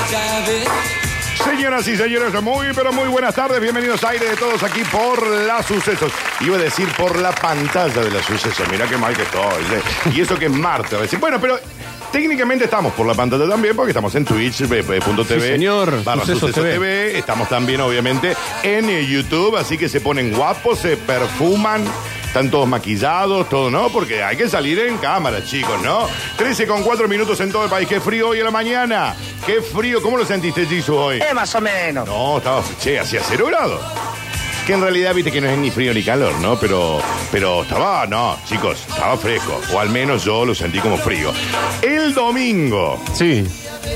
Señoras y señores, muy pero muy buenas tardes. Bienvenidos a Aire de Todos aquí por La Sucesos. Iba a decir por la pantalla de La Sucesos. Mirá qué mal que estoy. Y eso que es martes. Bueno, pero técnicamente estamos por la pantalla también porque estamos en twitch.tv. Sí, señor. Sucesos TV. Estamos también, obviamente, en YouTube. Así que se ponen guapos, se perfuman. Están todos maquillados, todo, ¿no? Porque hay que salir en cámara, chicos, ¿no? 13:04 en todo el país. Qué frío hoy en la mañana. Qué frío. ¿Cómo lo sentiste, Jisoo, hoy? Más o menos. No, estaba, hacía 0 grados. Que en realidad, viste que no es ni frío ni calor, ¿no? Pero estaba, no, chicos, estaba fresco. O al menos yo lo sentí como frío. El domingo. Sí.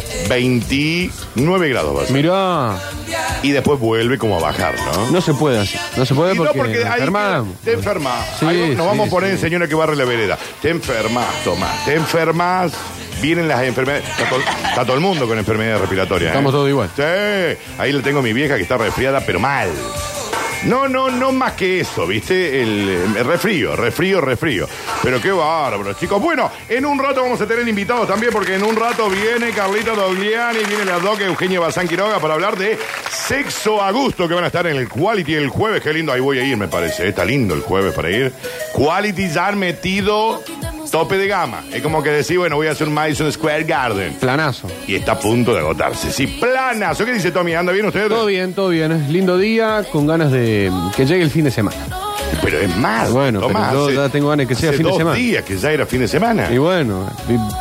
29 grados va a ser. Mirá. Y después vuelve como a bajar, ¿no? No se puede así. No se puede porque ahí enfermamos. te enfermas. Sí, Nos vamos a poner sí. en señora que barre la vereda. Te enfermas, Tomás. Te enfermas. Vienen las enfermedades. Está todo el mundo con enfermedades respiratorias. Estamos todos igual. Sí. Ahí le tengo a mi vieja que está resfriada, pero mal. No más que eso, ¿viste? El resfrío. Pero qué bárbaro, chicos. Bueno, en un rato vamos a tener invitados también, porque en un rato viene Carlita Dogliani, viene la doc Eugenia Bazán Quiroga para hablar de sexo a gusto, que van a estar en el Quality el jueves. Qué lindo, ahí voy a ir, me parece. Está lindo el jueves para ir. Quality ya han metido tope de gama. Es como que decir, bueno, voy a hacer un Madison Square Garden. Planazo. Y está a punto de agotarse. Sí, planazo. ¿Qué dice Tommy? ¿Anda bien usted? Todo bien. Es lindo día, con ganas de que llegue el fin de semana. Pero es más, bueno, Tomás, pero yo ya tengo ganas de que sea fin de semana. 2 días que ya era fin de semana. Y bueno,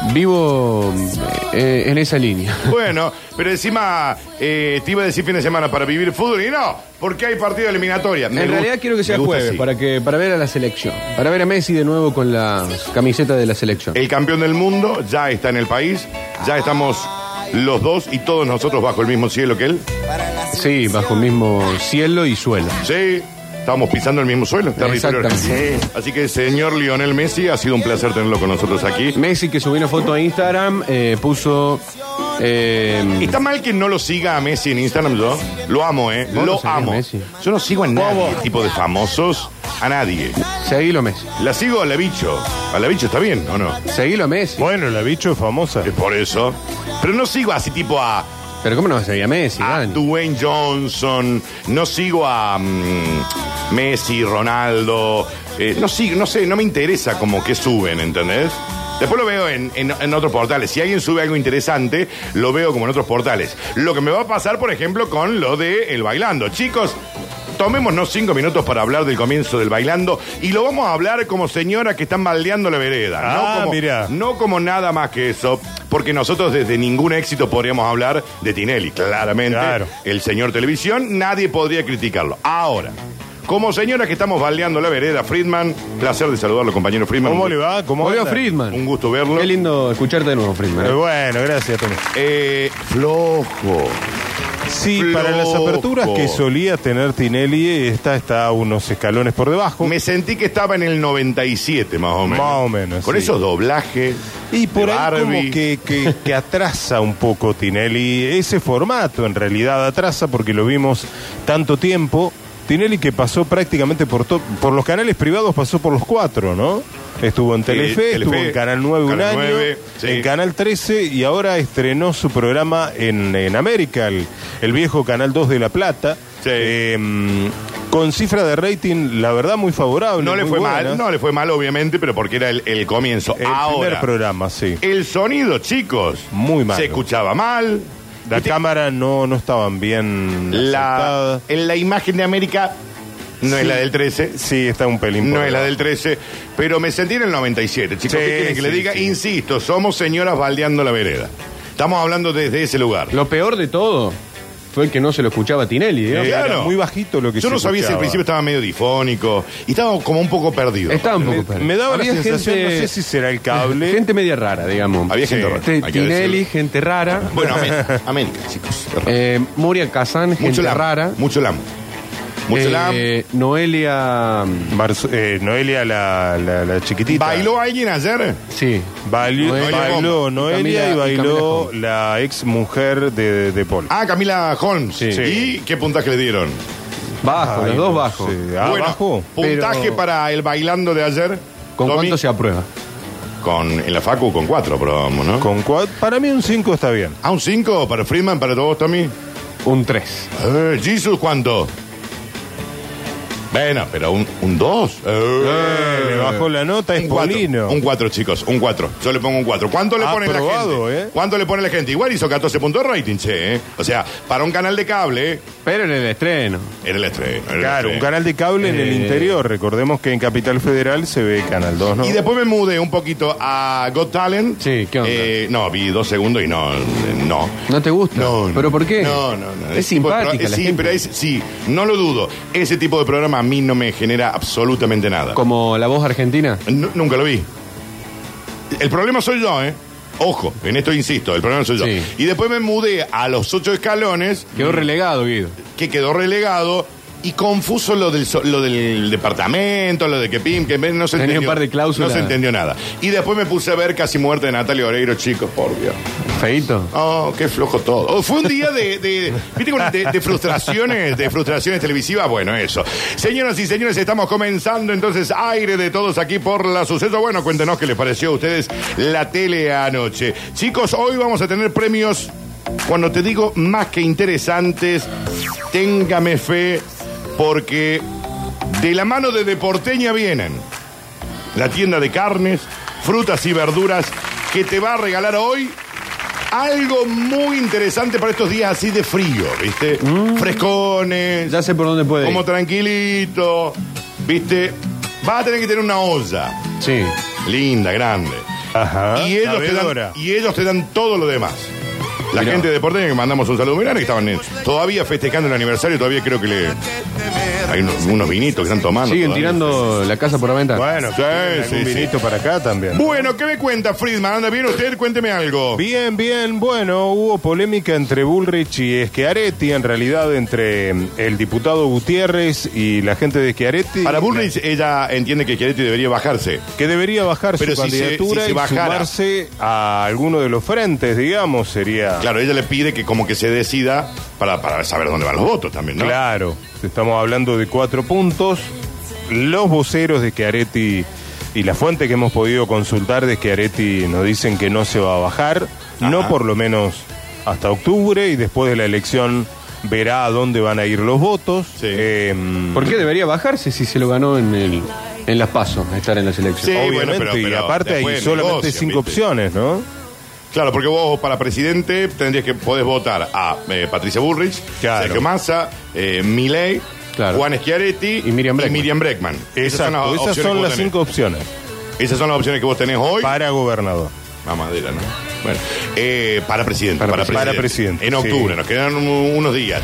vivo en esa línea. Bueno, pero encima te iba a decir fin de semana para vivir fútbol y no, porque hay partido eliminatoria. En realidad quiero que sea jueves, para ver a la selección. Para ver a Messi de nuevo con la camiseta de la selección. El campeón del mundo ya está en el país, ya estamos los dos y todos nosotros bajo el mismo cielo que él. Sí, bajo el mismo cielo y suelo. Sí. Estamos pisando el mismo suelo, territorio. Exactamente. Así que, señor Lionel Messi, ha sido un placer tenerlo con nosotros aquí. Messi, que subió una foto a Instagram, puso... ¿Está mal que no lo siga a Messi en Instagram yo? Lo amo, lo amo. Messi? Yo no sigo a nadie, tipo de famosos, a nadie. Seguilo a Messi. La sigo a la bicho. ¿A la bicho está bien o no? Seguilo a Messi. Bueno, la bicho es famosa. Es por eso. Pero no sigo así tipo a... Pero ¿cómo no vas a seguir a Messi? A Dani? Dwayne Johnson. No sigo a Messi, Ronaldo. No sigo, no sé, no me interesa como que suben, ¿entendés? Después lo veo en otros portales. Si alguien sube algo interesante, lo veo como en otros portales. Lo que me va a pasar, por ejemplo, con lo de El Bailando. Chicos, tomémonos 5 minutos para hablar del comienzo del Bailando y lo vamos a hablar como señoras que están baldeando la vereda. Mirá. No como nada más que eso, porque nosotros desde ningún éxito podríamos hablar de Tinelli, claramente. Claro. El señor televisión, nadie podría criticarlo. Ahora, como señora que estamos baldeando la vereda, Friedman, placer de saludarlo, compañero Friedman. ¿Cómo le va? ¿Cómo Hola, anda? Friedman. Un gusto verlo. Qué lindo escucharte de nuevo, Friedman. Bueno, gracias, Tommy. Flojo. Sí, Flojo. para las aperturas que solía tener Tinelli, esta está unos escalones por debajo. Me sentí que estaba en el 97, más o menos. Más o menos, Con sí. esos doblajes. Y por de ahí Barbie. como que atrasa un poco Tinelli. Ese formato en realidad atrasa porque lo vimos tanto tiempo. Tinelli que pasó prácticamente por los canales privados, pasó por los 4, ¿no? Estuvo en Telefe, estuvo en Canal 9 un Canal año, 9, sí. en Canal 13 y ahora estrenó su programa en América, el viejo Canal 2 de La Plata. Sí. Con cifra de rating, la verdad, muy favorable. No le muy fue buenas. mal, no le fue mal, obviamente, pero porque era el comienzo. El Ahora, primer programa, sí. el sonido, chicos, Muy malo. se escuchaba mal. La cámara no estaban bien aceptadas. En la imagen de América no es la del 13. Sí, está un pelín. No por es la debajo. del 13, pero me sentí en el 97, chicos. Sí, ¿Qué quieren que le sí, diga? sí. Insisto, somos señoras baldeando la vereda. Estamos hablando desde ese lugar. Lo peor de todo fue el que no se lo escuchaba a Tinelli, digamos. Claro. Era muy bajito lo que Yo se no sabía si al escuchaba. principio estaba medio difónico y estaba como un poco perdido. Estaba un poco perdido. Me daba Había la sensación, gente- no sé si será el cable. Gente media rara, digamos. Había gente rara, hay que Tinelli, decirlo. gente rara. Bueno, América, chicos. Muria Kazan, gente Mucho lam, rara. mucho lam. Mucho lam. Noelia... Noelia, la chiquitita. ¿Bailó alguien ayer? Sí. Bailó Noelia Noelia y bailó la ex mujer de Paul. Ah, Camila Holmes. Sí. ¿Y qué puntaje le dieron? Bajo, los dos bajos. Sí. Bueno, Abajo. puntaje Pero- para el bailando de ayer. ¿Con Tommy. cuánto se aprueba? En la facu con 4 probamos, ¿no? Para mí un 5 está bien. ¿Un 5 para Friedman, para todos, Tommy? Un 3. Jesus, ¿cuánto? Bueno, pero un 2. Le bajó la nota, es Polino. Un 4, chicos, un 4. Yo le pongo un 4. ¿Cuánto le pone la gente? ¿Cuánto le pone la gente? Igual hizo 14 puntos de rating, che, O sea, para un canal de cable. Pero en el estreno. Era el estreno. Claro, un canal de cable en el interior. Recordemos que en Capital Federal se ve Canal 2, ¿no? Y después me mudé un poquito a Got Talent. Sí, ¿qué onda? No, vi 2 segundos y no. ¿No te gusta? No. ¿Pero por qué? No. Es simpática la sí, gente. pero sí, no lo dudo. Ese tipo de programa a mí no me genera absolutamente nada. ¿Como La Voz Argentina? Nunca lo vi. El problema soy yo, Ojo, en esto insisto, el problema soy yo. Sí. Y después me mudé a los 8 escalones. Quedó relegado, Guido. Que quedó relegado. Y confuso lo del departamento, lo de que no se entendió. Un par de cláusulas. No se entendió nada. Y después me puse a ver Casi Muerte de Natalia Oreiro, chicos, por Dios. Feito. Oh, qué flojo todo. Fue un día de frustraciones televisivas. Bueno, eso. Señoras y señores, estamos comenzando entonces aire de todos aquí por la Suceso. Bueno, cuéntenos qué les pareció a ustedes la tele anoche. Chicos, hoy vamos a tener premios, cuando te digo más que interesantes, téngame fe, porque de la mano de Deporteña vienen la tienda de carnes, frutas y verduras que te va a regalar hoy algo muy interesante para estos días así de frío, ¿viste? Frescones. Ya sé por dónde puede como ir. Tranquilito, ¿viste? Vas a tener que tener una olla. Sí. Linda, grande. Ajá. Y ellos te dan todo lo demás. La gente de Deporteña, que mandamos un saludo muy grande, que estaban todavía festejando el aniversario, todavía creo que hay unos vinitos que están tomando. Siguen todavía. tirando la casa por la venta. Bueno, un vinito para acá también. Bueno, ¿qué me cuenta, Friedman? ¿Anda bien usted? Cuénteme algo. Bien. Bueno, hubo polémica entre Bullrich y Schiaretti, en realidad entre el diputado Gutiérrez y la gente de Schiaretti. Para Bullrich, ella entiende que Schiaretti debería bajarse. Que debería bajar pero su candidatura si y bajara, sumarse a alguno de los frentes, digamos, sería... Claro, ella le pide que como que se decida para saber dónde van los votos también, ¿no? Claro, estamos hablando de 4 puntos. Los voceros de Schiaretti y la fuente que hemos podido consultar de Schiaretti nos dicen que no se va a bajar, no por lo menos hasta octubre, y después de la elección verá a dónde van a ir los votos. Sí. ¿Por qué debería bajarse si se lo ganó en las PASO, estar en las elecciones? Sí, Obviamente, bueno, pero y aparte hay solamente 5 opciones, ¿no? Claro, porque vos para presidente podés votar a Patricia Bullrich, claro, Sergio Massa, Milei, claro, Juan Schiaretti y Miriam Breckman. Exacto, esas son las 5 opciones. Esas son las opciones que vos tenés hoy. Para gobernador. Mamadera, ¿no? Bueno, para presidente. Para presidente. En octubre, sí. Nos quedan unos días.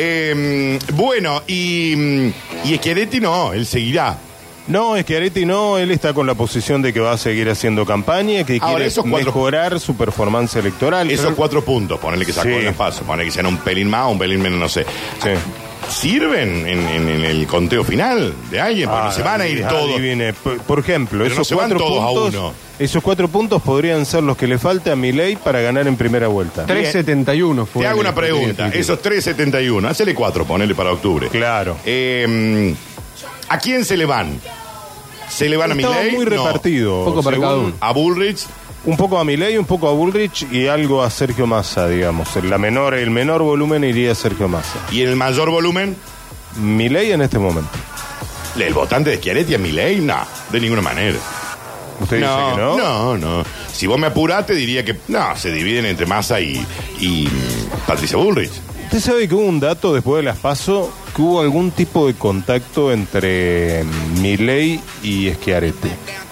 Bueno, y Schiaretti no, él seguirá. No, Schiaretti no, él está con la posición de que va a seguir haciendo campaña, que ahora, quiere mejorar su performance electoral. Esos 4 puntos, ponele que sacó en el paso, ponele que sean un pelín más, un pelín menos, no sé. Sí. ¿Sirven en el conteo final de alguien? Porque se van a ir todos. Por ejemplo, pero esos no 4 puntos. Esos 4 puntos podrían ser los que le falta a Milei para ganar en primera vuelta. 3.71 fue. Te hago una pregunta. Esos 3.71, hacele 4, ponele para octubre. Claro. ¿A quién se le van? ¿Se le van a Milei? Muy repartido. Poco para cada uno. ¿A Bullrich? Un poco a Milei, un poco a Bullrich y algo a Sergio Massa, digamos. El menor volumen iría a Sergio Massa. ¿Y el mayor volumen? Milei en este momento. ¿El votante de Schiaretti a Milei? No, de ninguna manera. ¿Usted dice que no? No. Si vos me apurás, te diría que no, se dividen entre Massa y Patricia Bullrich. ¿Usted sabe que hubo un dato después de las PASO, que hubo algún tipo de contacto entre Milei y Schiaretti?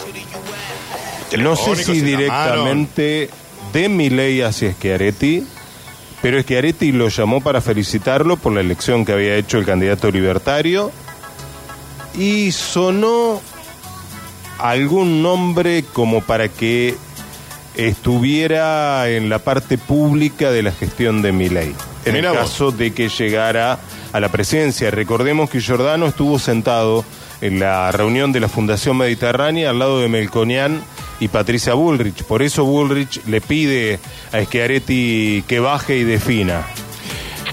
No sé si directamente de Milei hacia Schiaretti, pero Schiaretti lo llamó para felicitarlo por la elección que había hecho el candidato libertario y sonó algún nombre como para que estuviera en la parte pública de la gestión de Milei, en el caso de que llegara a la presidencia. Recordemos que Giordano estuvo sentado en la reunión de la Fundación Mediterránea al lado de Melconian y Patricia Bullrich. Por eso Bullrich le pide a Schiaretti que baje y defina.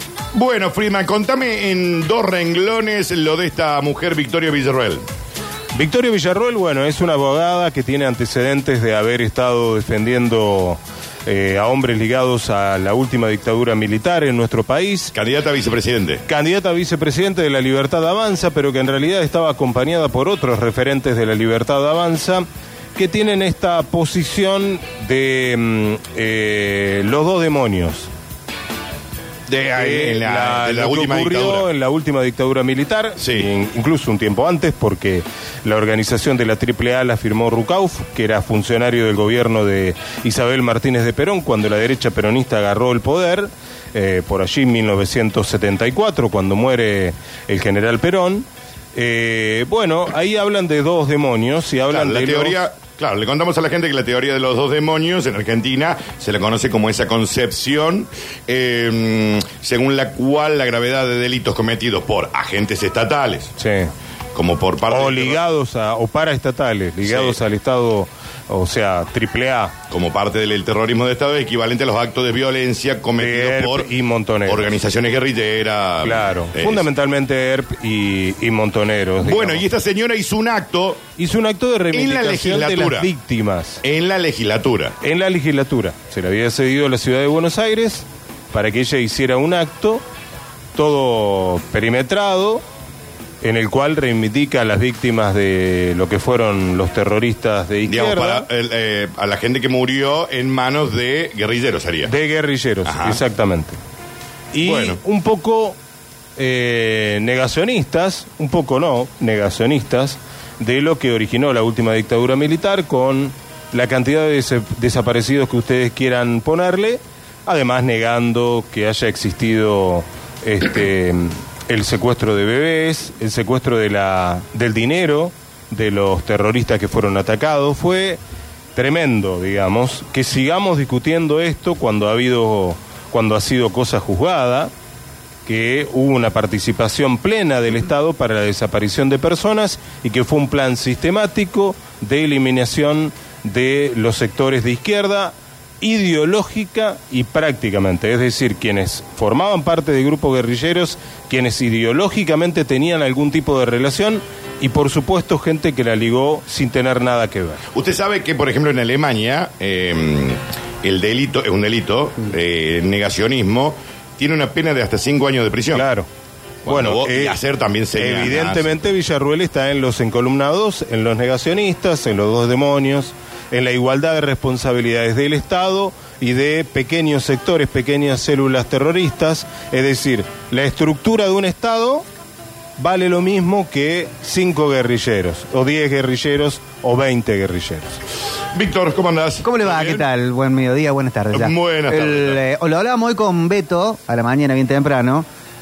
Bueno, Friedman, contame en 2 renglones lo de esta mujer Victoria Villarroel. Victoria Villarroel, bueno, es una abogada que tiene antecedentes de haber estado defendiendo a hombres ligados a la última dictadura militar en nuestro país. Candidata a vicepresidente. Candidata a vicepresidente de La Libertad Avanza, pero que en realidad estaba acompañada por otros referentes de La Libertad Avanza, que tienen esta posición de los dos demonios. En la última dictadura. En la última dictadura militar, sí. Incluso un tiempo antes, porque la organización de la AAA la firmó Rucauf, que era funcionario del gobierno de Isabel Martínez de Perón, cuando la derecha peronista agarró el poder, por allí en 1974, cuando muere el general Perón. Bueno, ahí hablan de dos demonios y hablan la de teoría. Claro, le contamos a la gente que la teoría de los dos demonios en Argentina se le conoce como esa concepción según la cual la gravedad de delitos cometidos por agentes estatales, sí, como por parte o ligados o paraestatales, ligados al Estado, o sea, AAA, como parte del terrorismo de Estado, es equivalente a los actos de violencia cometidos por y montoneros, organizaciones guerrilleras. Claro, fundamentalmente ERP y montoneros. Bueno, digamos. y esta señora hizo un acto de reivindicación de las víctimas. En la legislatura. En la legislatura. Se le había cedido a la ciudad de Buenos Aires para que ella hiciera un acto todo perimetrado, en el cual reivindica a las víctimas de lo que fueron los terroristas de izquierda. Digamos, a la gente que murió en manos de guerrilleros sería. De guerrilleros, ajá, exactamente. Y bueno, un poco negacionistas de lo que originó la última dictadura militar, con la cantidad de desaparecidos que ustedes quieran ponerle, además negando que haya existido el secuestro de bebés, el secuestro del dinero de los terroristas que fueron atacados. Fue tremendo, digamos, que sigamos discutiendo esto cuando ha sido cosa juzgada, que hubo una participación plena del Estado para la desaparición de personas y que fue un plan sistemático de eliminación de los sectores de izquierda, ideológica y prácticamente, es decir, quienes formaban parte de grupos guerrilleros, quienes ideológicamente tenían algún tipo de relación y por supuesto gente que la ligó sin tener nada que ver. Usted sabe que, por ejemplo, en Alemania el delito es un delito, negacionismo, tiene una pena de hasta 5 años de prisión. Claro. Bueno, y hacer también señalas. Evidentemente Villarroel está en los encolumnados, en los negacionistas, en los dos demonios, en la igualdad de responsabilidades del Estado y de pequeños sectores, pequeñas células terroristas. Es decir, la estructura de un Estado vale lo mismo que 5 guerrilleros, o 10 guerrilleros, o 20 guerrilleros. Víctor, ¿cómo andás? ¿Cómo le va? ¿Qué tal? Buen mediodía, buenas tardes. Ya. Buenas tardes. Lo hablábamos hoy con Beto, a la mañana, bien temprano.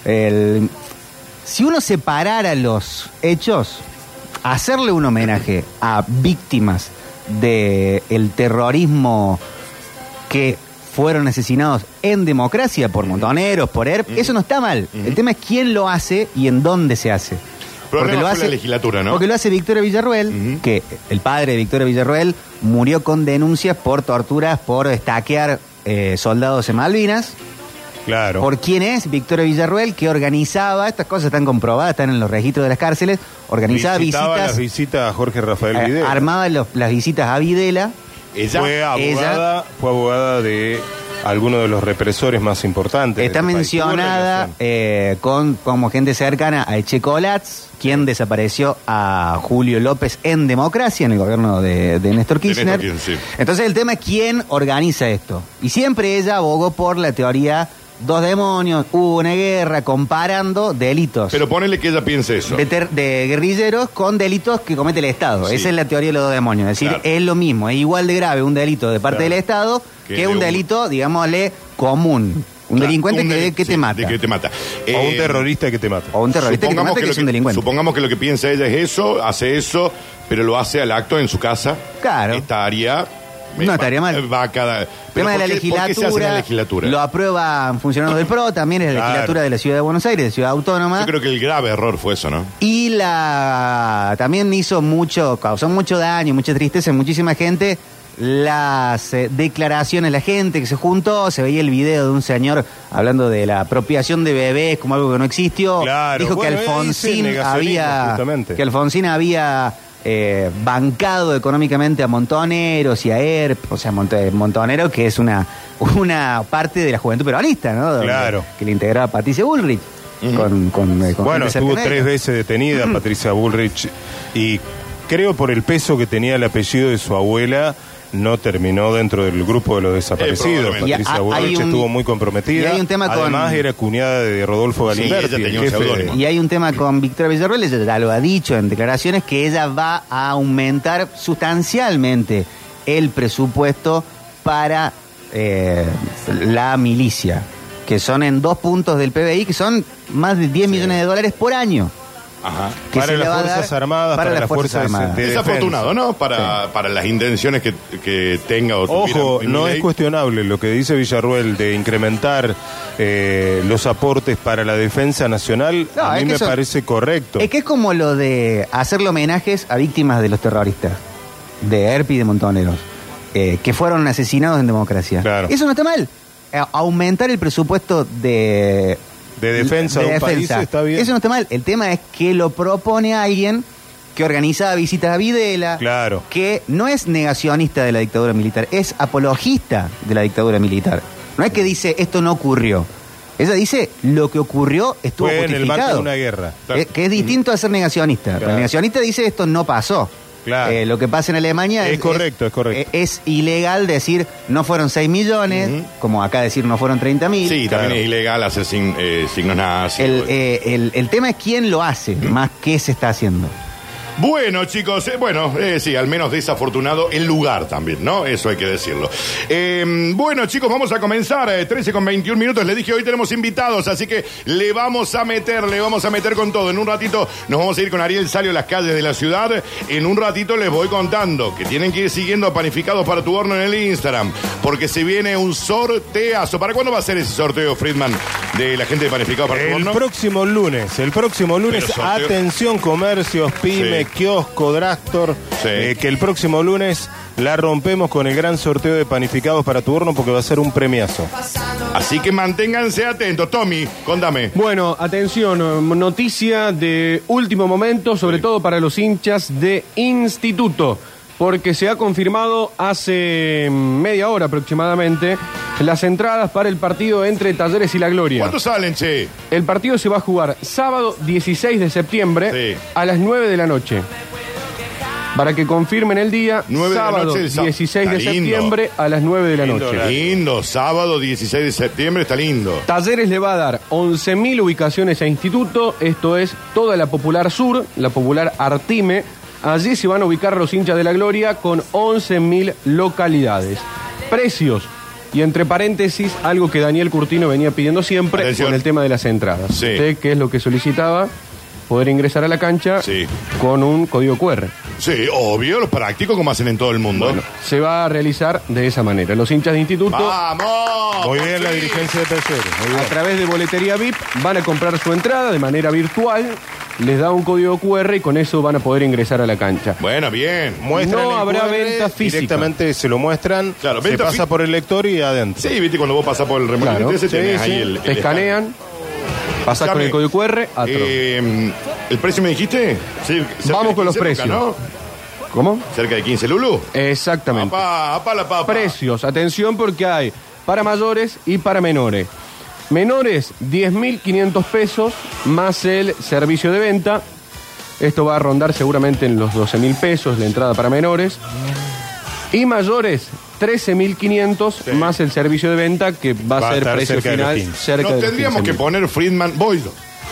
Si uno separara los hechos, hacerle un homenaje a víctimas del terrorismo que fueron asesinados en democracia por montoneros, por ERP, eso no está mal. El tema es quién lo hace y en dónde se hace. Porque lo hace la legislatura, ¿no? Porque lo hace Victoria Villarroel, que el padre de Victoria Villarroel murió con denuncias por torturas, por estaquear soldados en Malvinas. Claro. ¿Por quién es Victoria Villarroel? Que organizaba, estas cosas están comprobadas, están en los registros de las cárceles, organizaba las visitas a Jorge Rafael Videla. Armaba las visitas a Videla. Fue abogada de algunos de los represores más importantes. Está mencionada como gente cercana a Echecolatz, quien desapareció a Julio López en democracia, en el gobierno de Néstor Kirchner. Sí. Entonces el tema es quién organiza esto. Y siempre ella abogó por la teoría dos demonios, hubo una guerra, comparando delitos. Pero ponele que ella piense eso. De guerrilleros con delitos que comete el Estado. Sí. Esa es la teoría de los dos demonios. Es decir, claro, es lo mismo, es igual de grave un delito de parte del Estado que un delito, digámosle, común. Un delincuente que te mata. Que te mata. O un terrorista que te mata. O un terrorista que te mata, que es un delincuente. Supongamos que lo que piensa ella es eso, hace eso, pero lo hace al acto en su casa. Claro. Estaría mal. Tema de la legislatura, ¿por qué se hace en la legislatura? Lo aprueban funcionarios del PRO, también es la legislatura de la Ciudad de Buenos Aires, de Ciudad Autónoma. Yo creo que el grave error fue eso, ¿no? Y también causó mucho daño, mucha tristeza en muchísima gente. Las declaraciones, la gente que se juntó, se veía el video de un señor hablando de la apropiación de bebés como algo que no existió. Claro, dijo que Alfonsín había bancado económicamente a Montoneros y a ERP, o sea, Montonero, que es una parte de la juventud peronista, ¿no? Claro. Que le integraba Patricia Bullrich. Bueno, estuvo 3 veces detenida Patricia Bullrich y creo por el peso que tenía el apellido de su abuela no terminó dentro del grupo de los desaparecidos. Patricia Bullrich estuvo muy comprometida. Y hay un tema además era cuñada de Rodolfo Galimberti. Y hay un tema con Victoria Villarroel, ella ya lo ha dicho en declaraciones, que ella va a aumentar sustancialmente el presupuesto para la milicia, que son en 2 puntos del PBI, que son más de 10 millones de dólares por año. Ajá. Para las Fuerzas Armadas, para las Fuerzas Armadas. Es afortunado, ¿no? Para las intenciones que tenga o tuviera. Ojo, no es cuestionable lo que dice Villarroel de incrementar los aportes para la defensa nacional. No, a mí me parece correcto. Es que es como lo de hacerle homenajes a víctimas de los terroristas, de ERP y de Montoneros, que fueron asesinados en democracia. Claro. Eso no está mal. Aumentar el presupuesto de defensa de un país está bien. Eso no está mal. El tema es que lo propone alguien que organiza visitas a Videla, claro, que no es negacionista de la dictadura militar, es apologista de la dictadura militar. No es que dice esto no ocurrió. Ella dice lo que ocurrió estuvo fue justificado. En el marco de una guerra. Que es distinto a ser negacionista. Claro. El negacionista dice esto no pasó. Claro. Lo que pasa en Alemania es correcto. Es ilegal decir no fueron 6 millones, como acá decir no fueron 30.000. Sí, también es ilegal hacer signos nazis. El tema es quién lo hace, más qué se está haciendo. Bueno, chicos, sí, al menos desafortunado el lugar también, ¿no? Eso hay que decirlo. Bueno, chicos, vamos a comenzar. 13:21. Les dije, hoy tenemos invitados, así que le vamos a meter con todo. En un ratito nos vamos a ir con Ariel Salio a las calles de la ciudad. En un ratito les voy contando que tienen que ir siguiendo a Panificados para tu Horno en el Instagram, porque se viene un sorteazo. ¿Para cuándo va a ser ese sorteo, Friedman, de la gente de Panificados para tu Horno? El próximo lunes, atención, comercios, pymes, kiosco, drugstore, que el próximo lunes la rompemos con el gran sorteo de Panificados para tu Horno, porque va a ser un premiazo. Así que manténganse atentos. Tommy, contame. Bueno, atención, noticia de último momento, sobre todo para los hinchas de Instituto, porque se ha confirmado hace media hora aproximadamente las entradas para el partido entre Talleres y La Gloria. ¿Cuántos salen, che? El partido se va a jugar sábado 16 de septiembre a las 9 de la noche. Para que confirmen el día, sábado 16 de septiembre a las 9 de la noche. Lindo, sábado 16 de septiembre, está lindo. Talleres le va a dar 11.000 ubicaciones a Instituto, esto es toda la Popular Sur, la Popular Artime. Allí se van a ubicar los hinchas de La Gloria con 11.000 localidades. Precios, y entre paréntesis, algo que Daniel Curtino venía pidiendo siempre. Atención. Con el tema de las entradas. Sí. Usted, ¿qué es lo que solicitaba? Poder ingresar a la cancha con un código QR. Sí, obvio, los prácticos como hacen en todo el mundo. Bueno, se va a realizar de esa manera. Los hinchas de Instituto... ¡Vamos! Muy bien la dirigencia de Talleres. A través de boletería VIP van a comprar su entrada de manera virtual, les da un código QR y con eso van a poder ingresar a la cancha. Bueno, bien. No habrá venta física. Directamente se lo muestran, se pasa por el lector y adentro. Sí, viste, cuando vos pasás por el remolque, tenés ahí el te escanean. Pasás con el código QR a ¿el precio me dijiste? Sí, vamos con los precios. ¿No? ¿Cómo? ¿Cerca de 15 lulú? Exactamente. Papá, la papa. Precios, atención, porque hay para mayores y para menores. Menores, 10.500 pesos más el servicio de venta. Esto va a rondar seguramente en los 12.000 pesos la entrada para menores. Y mayores, 13.500 más el servicio de venta, que va a ser precio final cerca de los 15.000. Tendríamos que poner Friedman Boyd,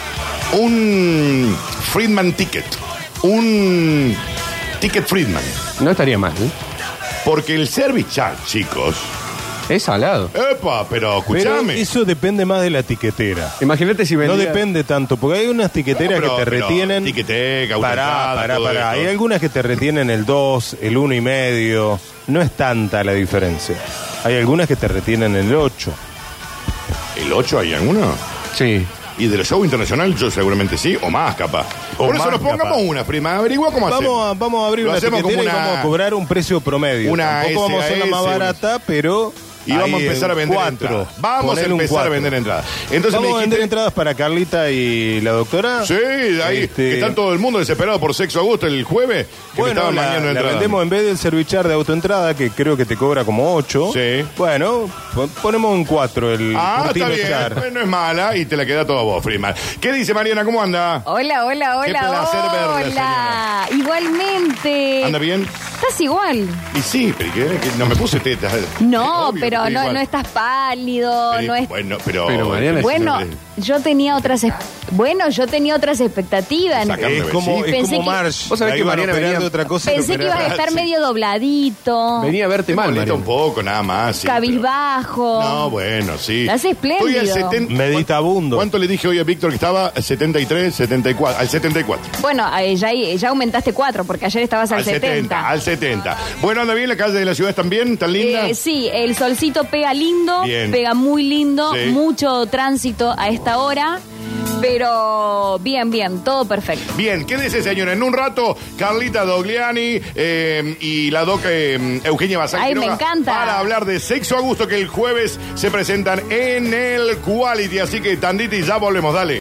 un Friedman ticket, un ticket Friedman. No estaría mal, ¿eh? Porque el service charge, chicos, es salado. Epa, pero escuchame. Pero eso depende más de la tiquetera. Imagínate si vendía... No depende tanto, porque hay unas tiqueteras que te retienen... Tiqueteca, Pará. Hay algunas que te retienen el 2, el 1,5. No es tanta la diferencia. Hay algunas que te retienen el 8. ¿El 8 hay alguna? Sí. Y de los shows internacionales yo seguramente sí, o más capaz. Por eso nos pongamos una, prima. Averigua cómo hacemos. Vamos a abrir una tiquetera y vamos a cobrar un precio promedio. Tampoco vamos a hacer la más barata, pero y vamos a Ahí empezar a vender 4. entradas. Vamos a Ponele un empezar a 4. vender entradas. Entonces ¿Vamos me a vender dijiste, entradas para Carlita y la doctora? sí, ahí que están todo el mundo desesperado por Sexo a Gusto el jueves, que me Bueno, estaban la mañando entradas. vendemos en vez del servichar de autoentrada, que creo que te cobra como 8. Sí. Bueno, ponemos en 4 el Ah, está Curtino bien. Char. Bueno, no es mala y te la queda todo vos, Friedman. ¿Qué dice Mariana? ¿Cómo anda? Hola, hola, hola. Qué placer verla, hola. Igualmente. ¿Anda bien? Estás igual. Y sí, pero que no me puse tetas. No, Obvio que pero estoy no, igual. no estás pálido, Pero, no es. Bueno, Pero Mariana es Bueno, yo tenía otras expectativas. Saca- Es como, Sí. es Pensé como que- Marsh. Vos sabés La que iban a Mariana operar venía- de otra cosa y lo Pensé que ibas a operaron. estar medio dobladito, Venía a verte Te mal, molesta Mariana. un poco, nada más. sí, cabizbajo. pero- No, bueno, sí. Estás espléndido. Estoy al 70. Meditabundo. ¿Cuánto le dije hoy a Víctor que estaba? 73, 74. Al 74. Bueno, ya aumentaste 4, porque ayer estabas al 70. Al 70. Bueno, anda bien, la calle de la ciudad también, tan linda. Sí, el solcito pega lindo, Bien. pega muy lindo, Sí. mucho tránsito a esta hora, pero bien, todo perfecto. Bien, quédese, señora. En un rato, Carlita Dogliani y la doc Eugenia Bazán Ay, me Quiroga encanta. para hablar de Sexo a Gusto, que el jueves se presentan en el Quality. Así que, tandita, y ya volvemos, dale.